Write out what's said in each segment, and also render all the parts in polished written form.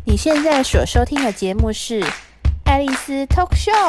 你现在所收听的节目是《爱丽丝 Talk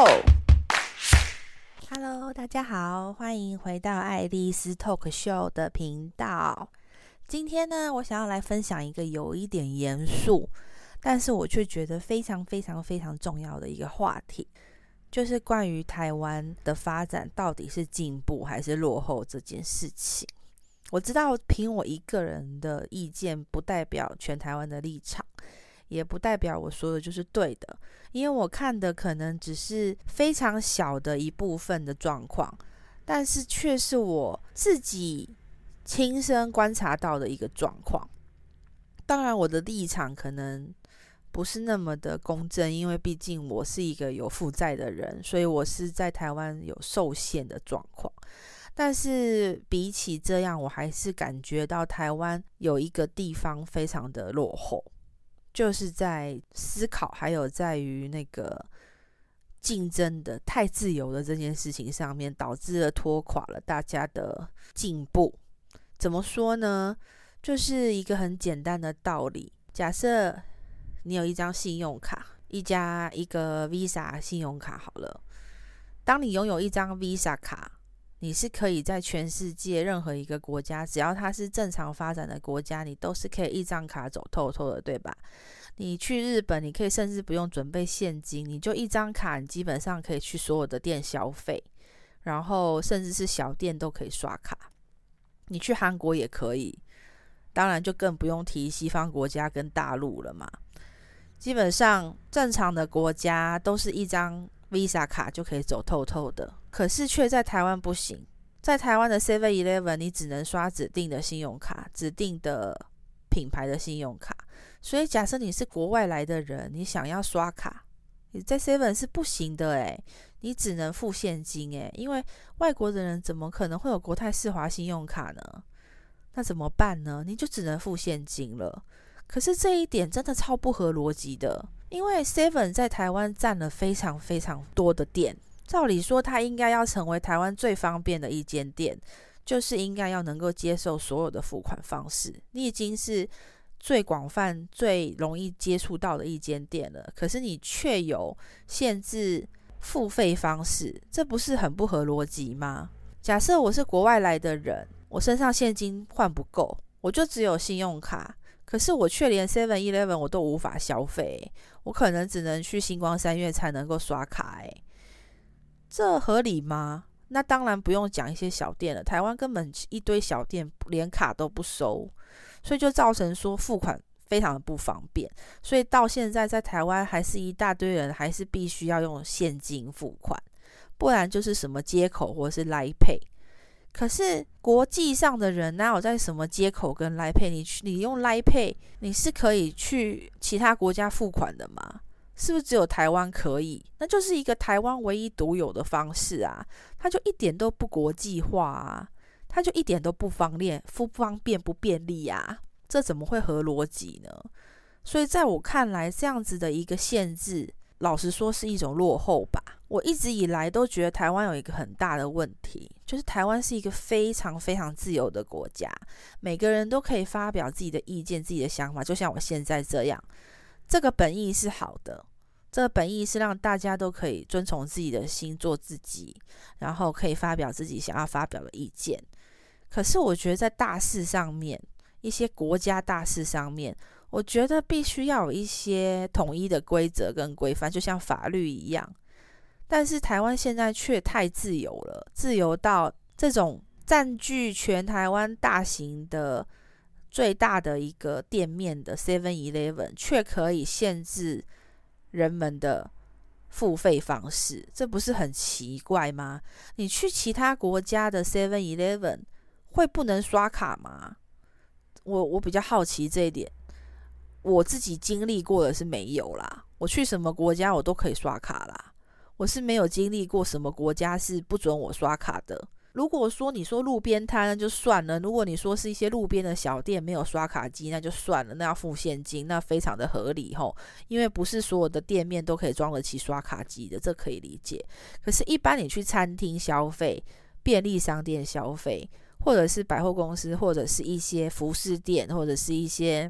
Show》。Hello， 大家好，欢迎回到爱丽丝 Talk Show 的频道。今天呢，我想要来分享一个有一点严肃，但是我却觉得非常重要的一个话题，就是关于台湾的发展到底是进步还是落后这件事情。我知道凭我一个人的意见不代表全台湾的立场，也不代表我说的就是对的，因为我看的可能只是非常小的一部分的状况，但是却是我自己亲身观察到的一个状况。当然我的立场可能不是那么的公正，因为毕竟我是一个有负债的人，所以我是在台湾有受限的状况。但是比起这样，我还是感觉到台湾有一个地方非常的落后，就是在思考还有在于那个竞争的太自由的这件事情上面，导致了拖垮了大家的进步。怎么说呢？就是一个很简单的道理，假设你有一张信用卡，一个 Visa 信用卡好了，当你拥有一张 Visa 卡，你是可以在全世界任何一个国家，只要它是正常发展的国家，你都是可以一张卡走透透的，对吧？你去日本，你可以甚至不用准备现金，你就一张卡，你基本上可以去所有的店消费，然后甚至是小店都可以刷卡。你去韩国也可以，当然就更不用提西方国家跟大陆了嘛。基本上正常的国家都是一张 Visa 卡就可以走透透的，可是却在台湾不行。在台湾的 7-Eleven 你只能刷指定的信用卡，指定的品牌的信用卡，所以假设你是国外来的人，你想要刷卡，你在 7 是不行的耶，你只能付现金耶，因为外国的人怎么可能会有国泰世华信用卡呢？那怎么办呢？你就只能付现金了。可是这一点真的超不合逻辑的，因为 7 在台湾占了非常多的店，照理说它应该要成为台湾最方便的一间店，就是应该要能够接受所有的付款方式，你已经是最广泛最容易接触到的一间店了，可是你却有限制付费方式，这不是很不合逻辑吗？假设我是国外来的人，我身上现金换不够，我就只有信用卡，可是我却连 7-Eleven 我都无法消费，我可能只能去星光三月才能够刷卡，这合理吗？那当然不用讲一些小店了，台湾根本一堆小店连卡都不收，所以就造成说付款非常的不方便，所以到现在在台湾还是一大堆人还是必须要用现金付款，不然就是什么街口或是 Line Pay。可是国际上的人哪有在什么街口跟 Line Pay？ 你用 Line Pay 你是可以去其他国家付款的吗？是不是只有台湾可以？那就是一个台湾唯一独有的方式啊，它就一点都不国际化啊，它就一点都不方便不便利啊，这怎么会合逻辑呢？所以在我看来，这样子的一个限制，老实说是一种落后吧。我一直以来都觉得台湾有一个很大的问题，就是台湾是一个非常自由的国家，每个人都可以发表自己的意见自己的想法，就像我现在这样，这个本意是好的，这个本意是让大家都可以遵从自己的心做自己，然后可以发表自己想要发表的意见。可是我觉得在大事上面，一些国家大事上面，我觉得必须要有一些统一的规则跟规范，就像法律一样。但是台湾现在却太自由了，自由到这种占据全台湾大型的最大的一个店面的 7-Eleven 却可以限制人们的付费方式，这不是很奇怪吗？你去其他国家的 7-Eleven 会不能刷卡吗？我比较好奇这一点，我自己经历过的是没有啦，我去什么国家我都可以刷卡啦，我是没有经历过什么国家是不准我刷卡的。如果说你说路边摊那就算了，如果你说是一些路边的小店没有刷卡机那就算了，那要付现金，那非常的合理吼，因为不是所有的店面都可以装得起刷卡机的，这可以理解。可是一般你去餐厅消费、便利商店消费，或者是百货公司，或者是一些服饰店，或者是一些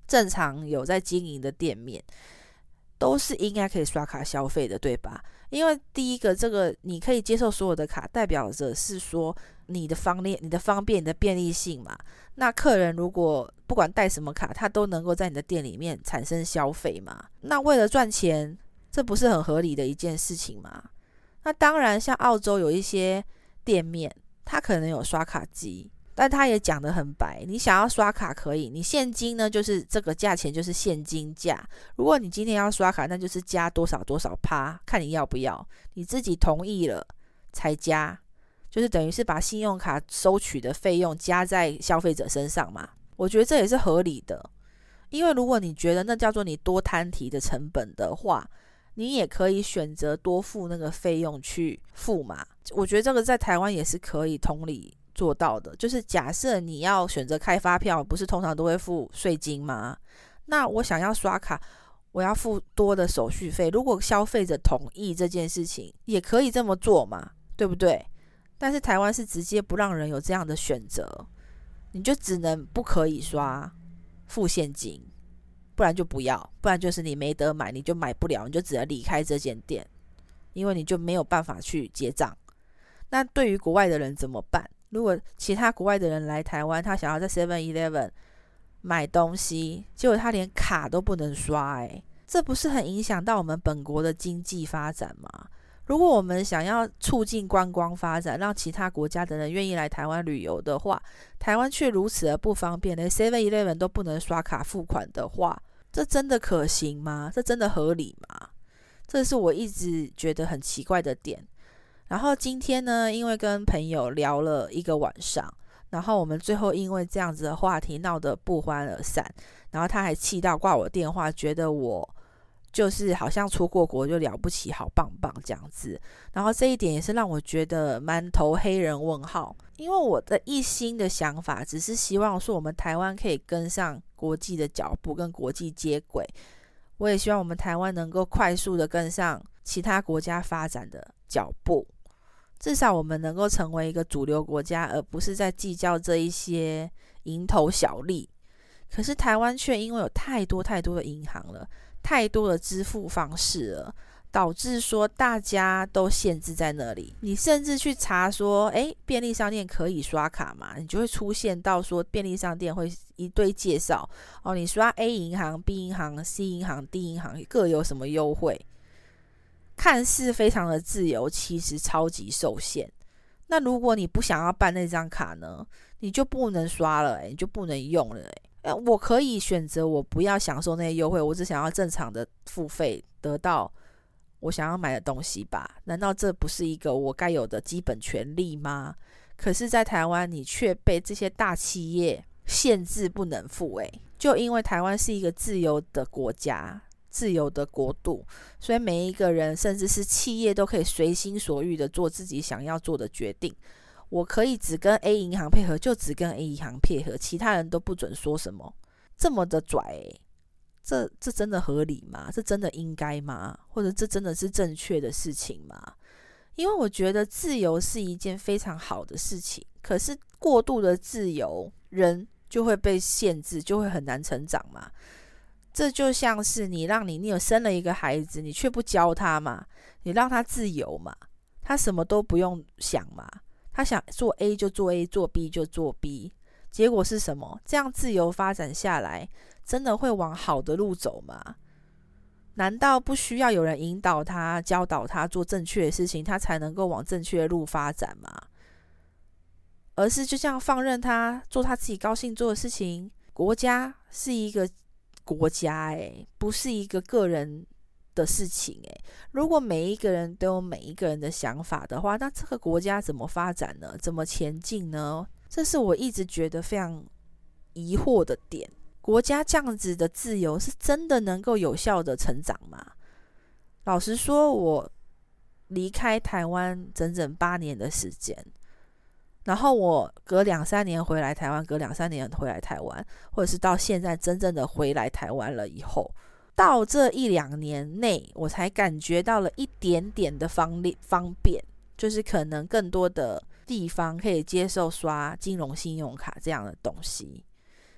正常有在经营的店面，都是应该可以刷卡消费的，对吧？因为第一个，这个你可以接受所有的卡，代表着是说你的方便、你的便利性嘛。那客人如果不管带什么卡，他都能够在你的店里面产生消费嘛。那为了赚钱，这不是很合理的一件事情吗？那当然，像澳洲有一些店面，它可能有刷卡机，但他也讲得很白，你想要刷卡可以，你现金呢就是这个价钱就是现金价，如果你今天要刷卡，那就是加多少多少趴，看你要不要，你自己同意了才加，就是等于是把信用卡收取的费用加在消费者身上嘛。我觉得这也是合理的，因为如果你觉得那叫做你多摊提的成本的话，你也可以选择多付那个费用去付嘛。我觉得这个在台湾也是可以同理做到的，就是假设你要选择开发票，不是通常都会付税金吗？那我想要刷卡，我要付多的手续费，如果消费者同意这件事情，也可以这么做嘛，对不对？但是台湾是直接不让人有这样的选择，你就只能不可以刷，付现金，不然就不要，不然就是你没得买，你就买不了，你就只能离开这间店，因为你就没有办法去结账。那对于国外的人怎么办？如果其他国外的人来台湾，他想要在 7-Eleven 买东西，结果他连卡都不能刷，这不是很影响到我们本国的经济发展吗？如果我们想要促进观光发展，让其他国家的人愿意来台湾旅游的话，台湾却如此的不方便，连 7-Eleven 都不能刷卡付款的话，这真的可行吗？这真的合理吗？这是我一直觉得很奇怪的点。然后今天呢，因为跟朋友聊了一个晚上，然后我们最后因为这样子的话题闹得不欢而散，然后他还气到挂我电话，觉得我就是好像出过国就了不起，好棒棒这样子。然后这一点也是让我觉得蛮头黑人问号，因为我的一心的想法只是希望说我们台湾可以跟上国际的脚步，跟国际接轨。我也希望我们台湾能够快速的跟上其他国家发展的脚步，至少我们能够成为一个主流国家，而不是在计较这一些蝇头小利。可是台湾却因为有太多太多的银行了，太多的支付方式了，导致说大家都限制在那里。你甚至去查说便利商店可以刷卡吗？你就会出现到说便利商店会一堆介绍你刷 A 银行 B 银行 C 银行 D 银行各有什么优惠，看似非常的自由，其实超级受限。那如果你不想要办那张卡呢，你就不能刷了，你就不能用了。我可以选择我不要享受那些优惠，我只想要正常的付费得到我想要买的东西吧？难道这不是一个我该有的基本权利吗？可是在台湾你却被这些大企业限制不能付，就因为台湾是一个自由的国家，自由的国度，所以每一个人甚至是企业都可以随心所欲的做自己想要做的决定。我可以只跟 A 银行配合，就只跟 A 银行配合，其他人都不准说什么，这么的拽，这真的合理吗？这真的应该吗？或者这真的是正确的事情吗？因为我觉得自由是一件非常好的事情，可是过度的自由，人就会被限制，就会很难成长嘛。这就像是你有生了一个孩子，你却不教他嘛，你让他自由嘛，他什么都不用想嘛，他想做 A 就做 A， 做 B 就做 B， 结果是什么？这样自由发展下来，真的会往好的路走吗？难道不需要有人引导他、教导他做正确的事情，他才能够往正确的路发展吗？而是就这样放任他做他自己高兴做的事情？国家是一个国家，不是一个个人的事情。如果每一个人都有每一个人的想法的话，那这个国家怎么发展呢？怎么前进呢？这是我一直觉得非常疑惑的点。国家这样子的自由是真的能够有效的成长吗？老实说，我离开台湾整整8年的时间，然后我隔2-3年回来台湾，隔2-3年回来台湾，或者是到现在真正的回来台湾了以后，到这1-2年内，我才感觉到了一点点的方便，就是可能更多的地方可以接受刷金融信用卡这样的东西。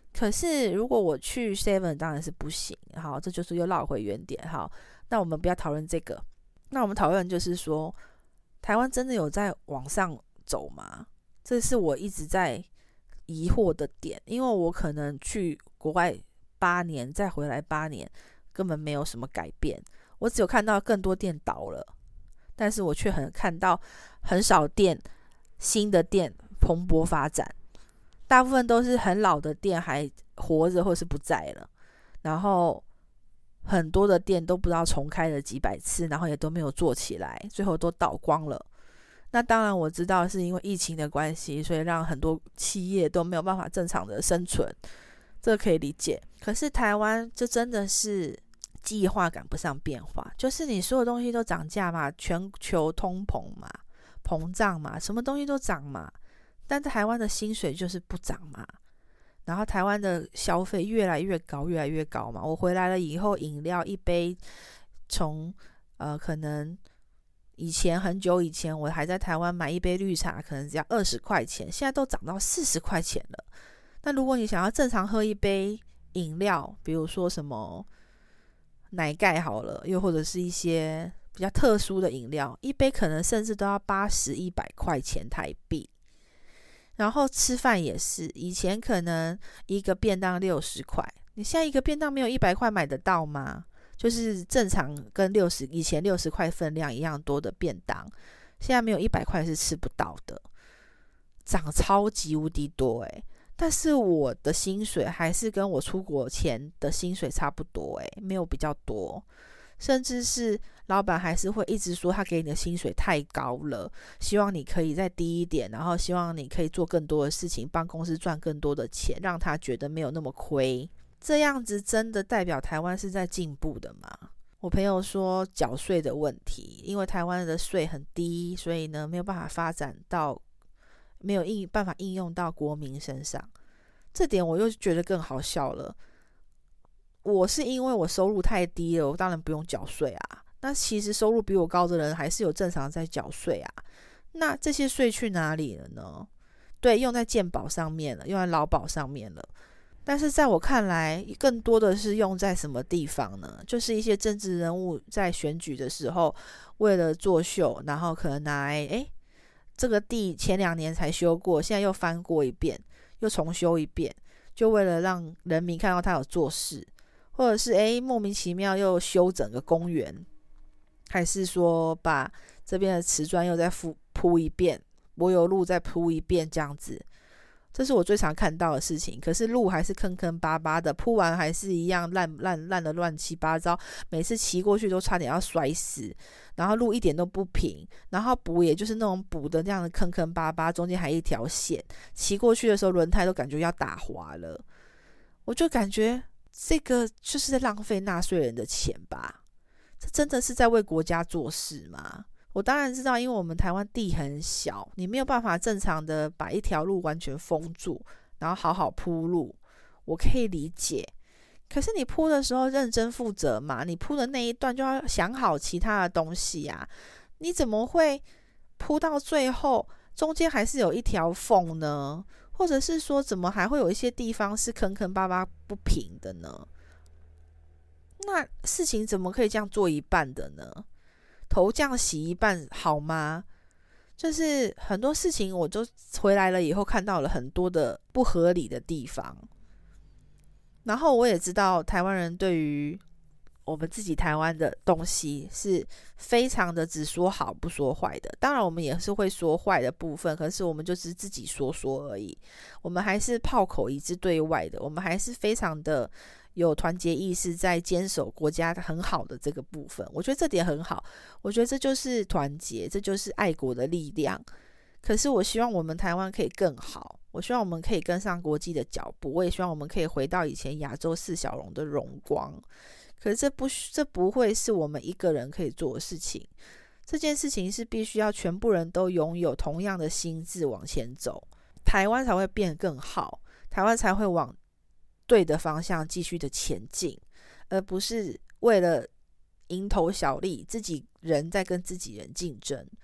可是如果我去 Seven 当然是不行。好，这就是又绕回原点。好，那我们不要讨论这个，那我们讨论就是说，台湾真的有在往上走吗？这是我一直在疑惑的点，因为我可能去国外8年，再回来8年，根本没有什么改变。我只有看到更多店倒了，但是我却看到很少新的店蓬勃发展，大部分都是很老的店还活着或是不在了，然后很多的店都不知道重开了几百次，然后也都没有做起来，最后都倒光了。那当然我知道是因为疫情的关系，所以让很多企业都没有办法正常的生存，这个可以理解。可是台湾这真的是计划赶不上变化，就是你所有东西都涨价嘛，全球通膨嘛，膨胀嘛，什么东西都涨嘛，但台湾的薪水就是不涨嘛，然后台湾的消费越来越高越来越高嘛。我回来了以后，饮料一杯从可能以前很久以前我还在台湾买一杯绿茶可能只要20块钱，现在都涨到40块钱了。那如果你想要正常喝一杯饮料，比如说什么奶盖好了，又或者是一些比较特殊的饮料，一杯可能甚至都要80、100块钱台币。然后吃饭也是，以前可能一个便当60块，你现在一个便当没有100块买得到吗？就是正常跟以前60块分量一样多的便当，现在没有100块是吃不到的，涨超级无敌多但是我的薪水还是跟我出国前的薪水差不多没有比较多，甚至是老板还是会一直说他给你的薪水太高了，希望你可以再低一点，然后希望你可以做更多的事情，帮公司赚更多的钱，让他觉得没有那么亏。这样子真的代表台湾是在进步的吗？我朋友说缴税的问题，因为台湾的税很低，所以呢没有办法发展到，没有办法应用到国民身上。这点我又觉得更好笑了。我是因为我收入太低了，我当然不用缴税啊。那其实收入比我高的人还是有正常在缴税啊。那这些税去哪里了呢？对，用在健保上面了，用在劳保上面了。但是在我看来，更多的是用在什么地方呢？就是一些政治人物在选举的时候，为了作秀，然后可能拿来这个地前2年才修过，现在又翻过一遍，又重修一遍，就为了让人民看到他有做事，或者是莫名其妙又修整个公园，还是说把这边的瓷砖又再铺一遍，柏油路再铺一遍，这样子。这是我最常看到的事情。可是路还是坑坑巴巴的，铺完还是一样烂的乱七八糟，每次骑过去都差点要摔死，然后路一点都不平，然后补也就是那种补的那样的坑坑巴巴，中间还一条线，骑过去的时候轮胎都感觉要打滑了。我就感觉这个就是在浪费纳税人的钱吧，这真的是在为国家做事吗？我当然知道，因为我们台湾地很小，你没有办法正常的把一条路完全封住，然后好好铺路，我可以理解。可是你铺的时候认真负责嘛，你铺的那一段就要想好其他的东西啊，你怎么会铺到最后中间还是有一条缝呢？或者是说怎么还会有一些地方是坑坑巴巴不平的呢？那事情怎么可以这样做一半的呢？头这样洗一半好吗？就是很多事情我就回来了以后看到了很多的不合理的地方，然后我也知道台湾人对于我们自己台湾的东西是非常的只说好不说坏的，当然我们也是会说坏的部分，可是我们就是自己说而已，我们还是炮口一致对外的，我们还是非常的有团结意识，在坚守国家很好的这个部分，我觉得这点很好，我觉得这就是团结，这就是爱国的力量。可是我希望我们台湾可以更好，我希望我们可以跟上国际的脚步，我也希望我们可以回到以前亚洲4小龙的荣光。可是这不会是我们一个人可以做的事情，这件事情是必须要全部人都拥有同样的心智往前走，台湾才会变更好，台湾才会往对的方向继续的前进，而不是为了蝇头小利，自己人在跟自己人竞争。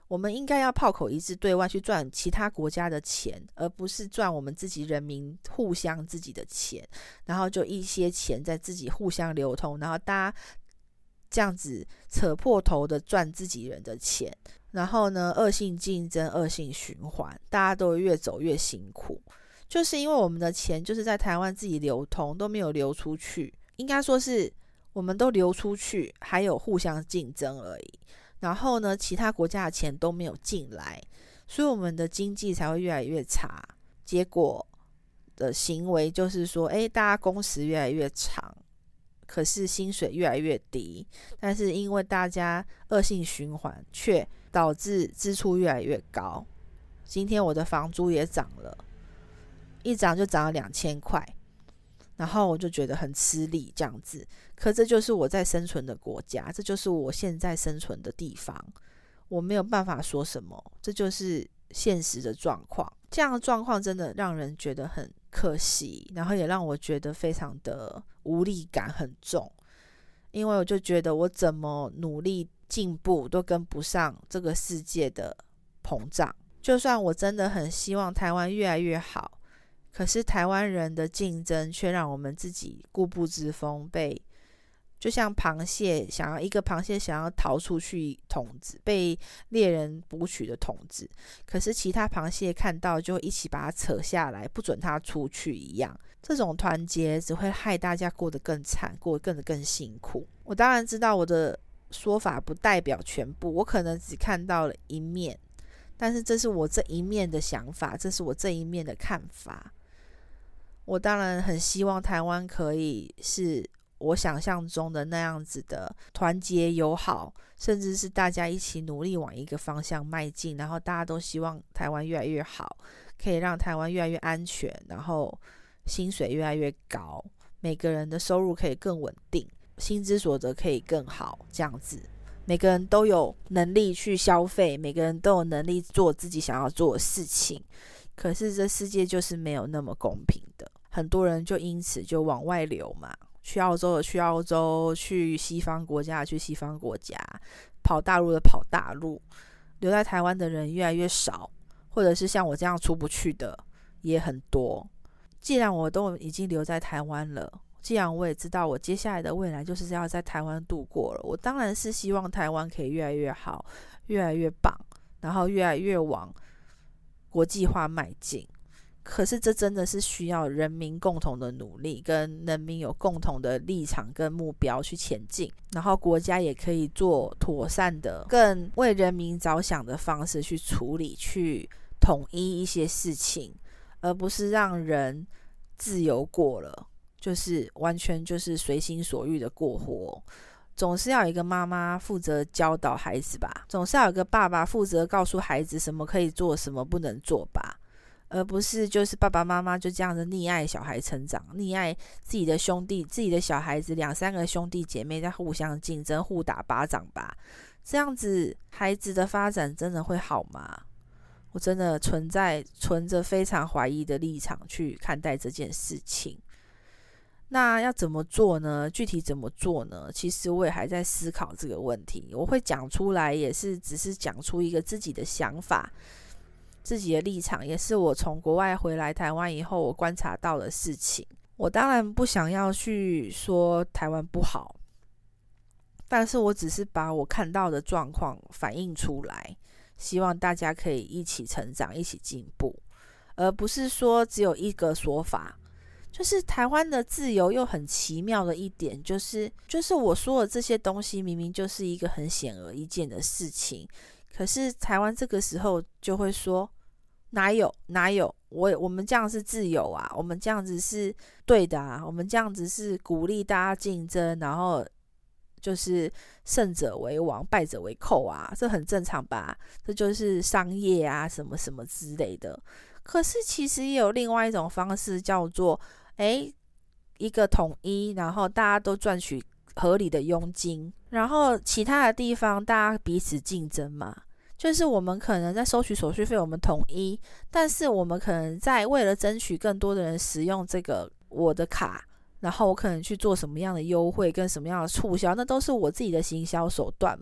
我们应该要炮口一致对外去赚其他国家的钱，而不是赚我们自己人民互相自己的钱，然后就一些钱在自己互相流通，然后大家这样子扯破头的赚自己人的钱，然后呢恶性竞争恶性循环，大家都越走越辛苦，就是因为我们的钱就是在台湾自己流通，都没有流出去，应该说是我们都流出去还有互相竞争而已，然后呢其他国家的钱都没有进来，所以我们的经济才会越来越差。结果的行为就是说大家工时越来越长，可是薪水越来越低，但是因为大家恶性循环，却导致支出越来越高。今天我的房租也涨了，一涨就涨了2000块，然后我就觉得很吃力这样子。可这就是我在生存的国家，这就是我现在生存的地方，我没有办法说什么，这就是现实的状况。这样的状况真的让人觉得很可惜，然后也让我觉得非常的无力感很重，因为我就觉得我怎么努力进步都跟不上这个世界的膨胀。就算我真的很希望台湾越来越好，可是台湾人的竞争却让我们自己固步自封，就像一个螃蟹想要逃出去桶子，被猎人捕取的桶子，可是其他螃蟹看到就一起把它扯下来，不准它出去一样。这种团结只会害大家过得更惨，过得更辛苦。我当然知道我的说法不代表全部，我可能只看到了一面，但是这是我这一面的想法，这是我这一面的看法。我当然很希望台湾可以是我想象中的那样子的团结友好，甚至是大家一起努力往一个方向迈进，然后大家都希望台湾越来越好，可以让台湾越来越安全，然后薪水越来越高，每个人的收入可以更稳定，薪资所得可以更好，这样子每个人都有能力去消费，每个人都有能力做自己想要做的事情。可是这世界就是没有那么公平的，很多人就因此就往外流嘛，去澳洲的去澳洲，去西方国家的去西方国家，跑大陆的跑大陆，留在台湾的人越来越少，或者是像我这样出不去的也很多。既然我都已经留在台湾了，既然我也知道我接下来的未来就是要在台湾度过了，我当然是希望台湾可以越来越好，越来越棒，然后越来越往国际化迈进。可是这真的是需要人民共同的努力，跟人民有共同的立场跟目标去前进，然后国家也可以做妥善的更为人民着想的方式去处理，去统一一些事情，而不是让人自由过了，就是完全就是随心所欲的过活。总是要有一个妈妈负责教导孩子吧，总是要有一个爸爸负责告诉孩子什么可以做，什么不能做吧，而不是就是爸爸妈妈就这样子溺爱小孩成长，溺爱自己的兄弟，自己的小孩子2-3个兄弟姐妹在互相竞争，互打巴掌吧。这样子孩子的发展真的会好吗？我真的存着非常怀疑的立场去看待这件事情。那要怎么做呢？具体怎么做呢？其实我也还在思考这个问题。我会讲出来也是只是讲出一个自己的想法，自己的立场，也是我从国外回来台湾以后我观察到的事情。我当然不想要去说台湾不好，但是我只是把我看到的状况反映出来，希望大家可以一起成长，一起进步，而不是说只有一个说法。就是台湾的自由又很奇妙的一点，就是我说的这些东西明明就是一个很显而易见的事情，可是台湾这个时候就会说哪有我们这样是自由啊，我们这样子是对的啊，我们这样子是鼓励大家竞争，然后就是胜者为王败者为寇啊，这很正常吧，这就是商业啊什么什么之类的。可是其实也有另外一种方式，叫做一个统一，然后大家都赚取合理的佣金，然后其他的地方大家彼此竞争嘛。就是我们可能在收取手续费我们统一，但是我们可能在为了争取更多的人使用这个我的卡，然后我可能去做什么样的优惠跟什么样的促销，那都是我自己的行销手段嘛。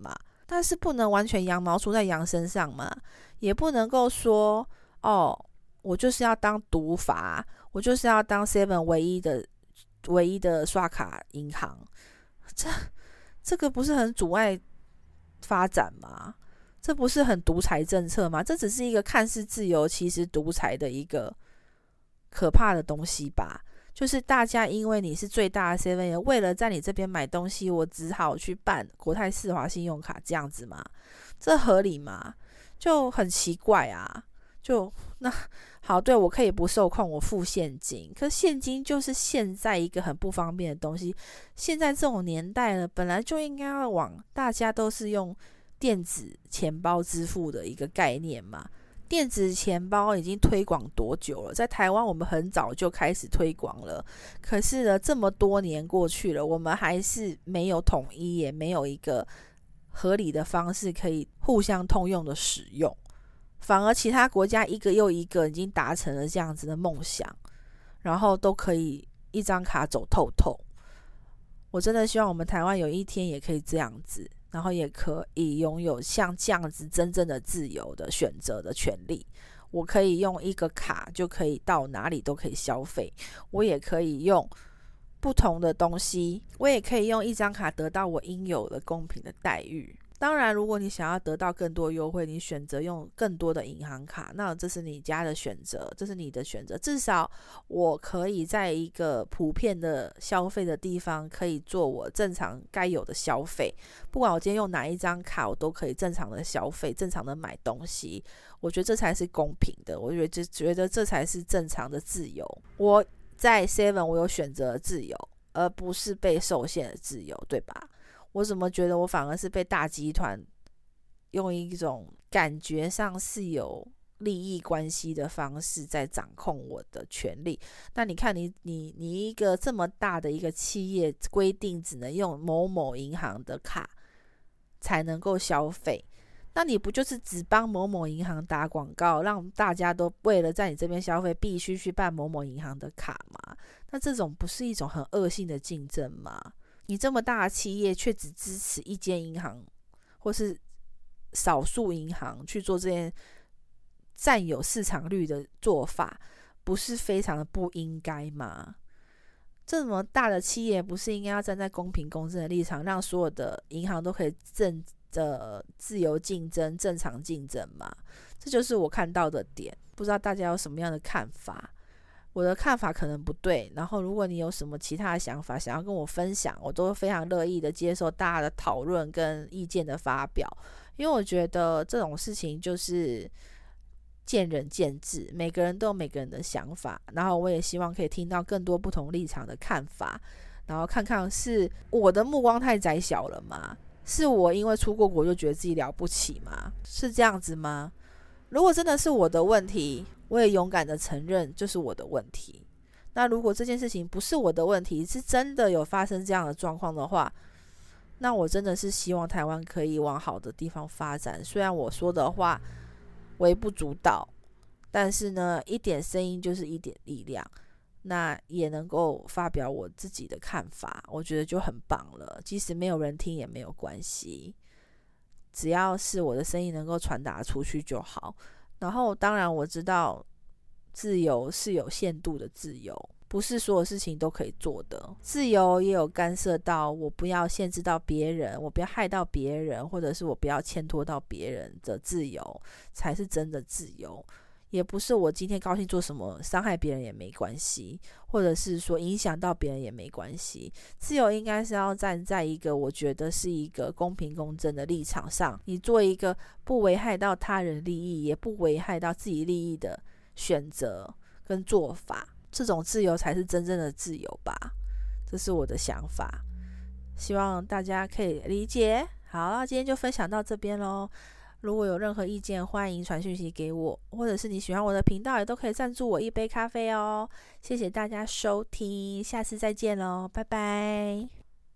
但是不能完全羊毛出在羊身上嘛，也不能够说我就是要当独伐，我就是要当 Seven 唯一的刷卡银行，这个不是很阻碍发展吗？这不是很独裁政策吗？这只是一个看似自由其实独裁的一个可怕的东西吧。就是大家因为你是最大的 7-Eleven， 为了在你这边买东西，我只好去办国泰世华信用卡，这样子吗？这合理吗？就很奇怪啊。那好，对，我可以不受控，我付现金，可是现金就是现在一个很不方便的东西。现在这种年代了，本来就应该要往大家都是用电子钱包支付的一个概念嘛。电子钱包已经推广多久了？在台湾我们很早就开始推广了，可是呢，这么多年过去了，我们还是没有统一，也没有一个合理的方式可以互相通用的使用。反而其他国家一个又一个已经达成了这样子的梦想，然后都可以一张卡走透透。我真的希望我们台湾有一天也可以这样子，然后也可以拥有像这样子真正的自由的选择的权利。我可以用一个卡就可以到哪里都可以消费，我也可以用不同的东西，我也可以用一张卡得到我应有的公平的待遇。当然如果你想要得到更多优惠，你选择用更多的银行卡，那这是你家的选择，这是你的选择。至少我可以在一个普遍的消费的地方可以做我正常该有的消费，不管我今天用哪一张卡，我都可以正常的消费，正常的买东西。我觉得这才是公平的，我觉得这才是正常的自由。我在 7 我有选择的自由，而不是被受限的自由，对吧？我怎么觉得我反而是被大集团用一种感觉上是有利益关系的方式在掌控我的权利？那你看你一个这么大的一个企业规定只能用某某银行的卡才能够消费，那你不就是只帮某某银行打广告，让大家都为了在你这边消费必须去办某某银行的卡吗？那这种不是一种很恶性的竞争吗？你这么大的企业却只支持一间银行或是少数银行去做这件占有市场率的做法，不是非常的不应该吗？这么大的企业不是应该要站在公平公正的立场，让所有的银行都可以自由竞争、正常竞争吗？这就是我看到的点，不知道大家有什么样的看法？我的看法可能不对，然后如果你有什么其他的想法想要跟我分享，我都非常乐意的接受大家的讨论跟意见的发表。因为我觉得这种事情就是见仁见智，每个人都有每个人的想法，然后我也希望可以听到更多不同立场的看法，然后看看是我的目光太窄小了吗？是我因为出过国就觉得自己了不起吗？是这样子吗？如果真的是我的问题，我也勇敢的承认就是我的问题。那如果这件事情不是我的问题，是真的有发生这样的状况的话，那我真的是希望台湾可以往好的地方发展。虽然我说的话微不足道，但是呢，一点声音就是一点力量，那也能够发表我自己的看法，我觉得就很棒了。即使没有人听也没有关系，只要是我的声音能够传达出去就好。然后当然我知道自由是有限度的自由，不是所有事情都可以做的。自由也有干涉到我不要限制到别人，我不要害到别人，或者是我不要牵拖到别人的自由才是真的自由。也不是我今天高兴做什么伤害别人也没关系，或者是说影响到别人也没关系。自由应该是要站在一个我觉得是一个公平公正的立场上，你做一个不危害到他人利益也不危害到自己利益的选择跟做法，这种自由才是真正的自由吧。这是我的想法，希望大家可以理解。好，那今天就分享到这边咯。如果有任何意见，欢迎传讯息给我，或者是你喜欢我的频道，也都可以赞助我一杯咖啡哦。谢谢大家收听，下次再见咯，拜拜。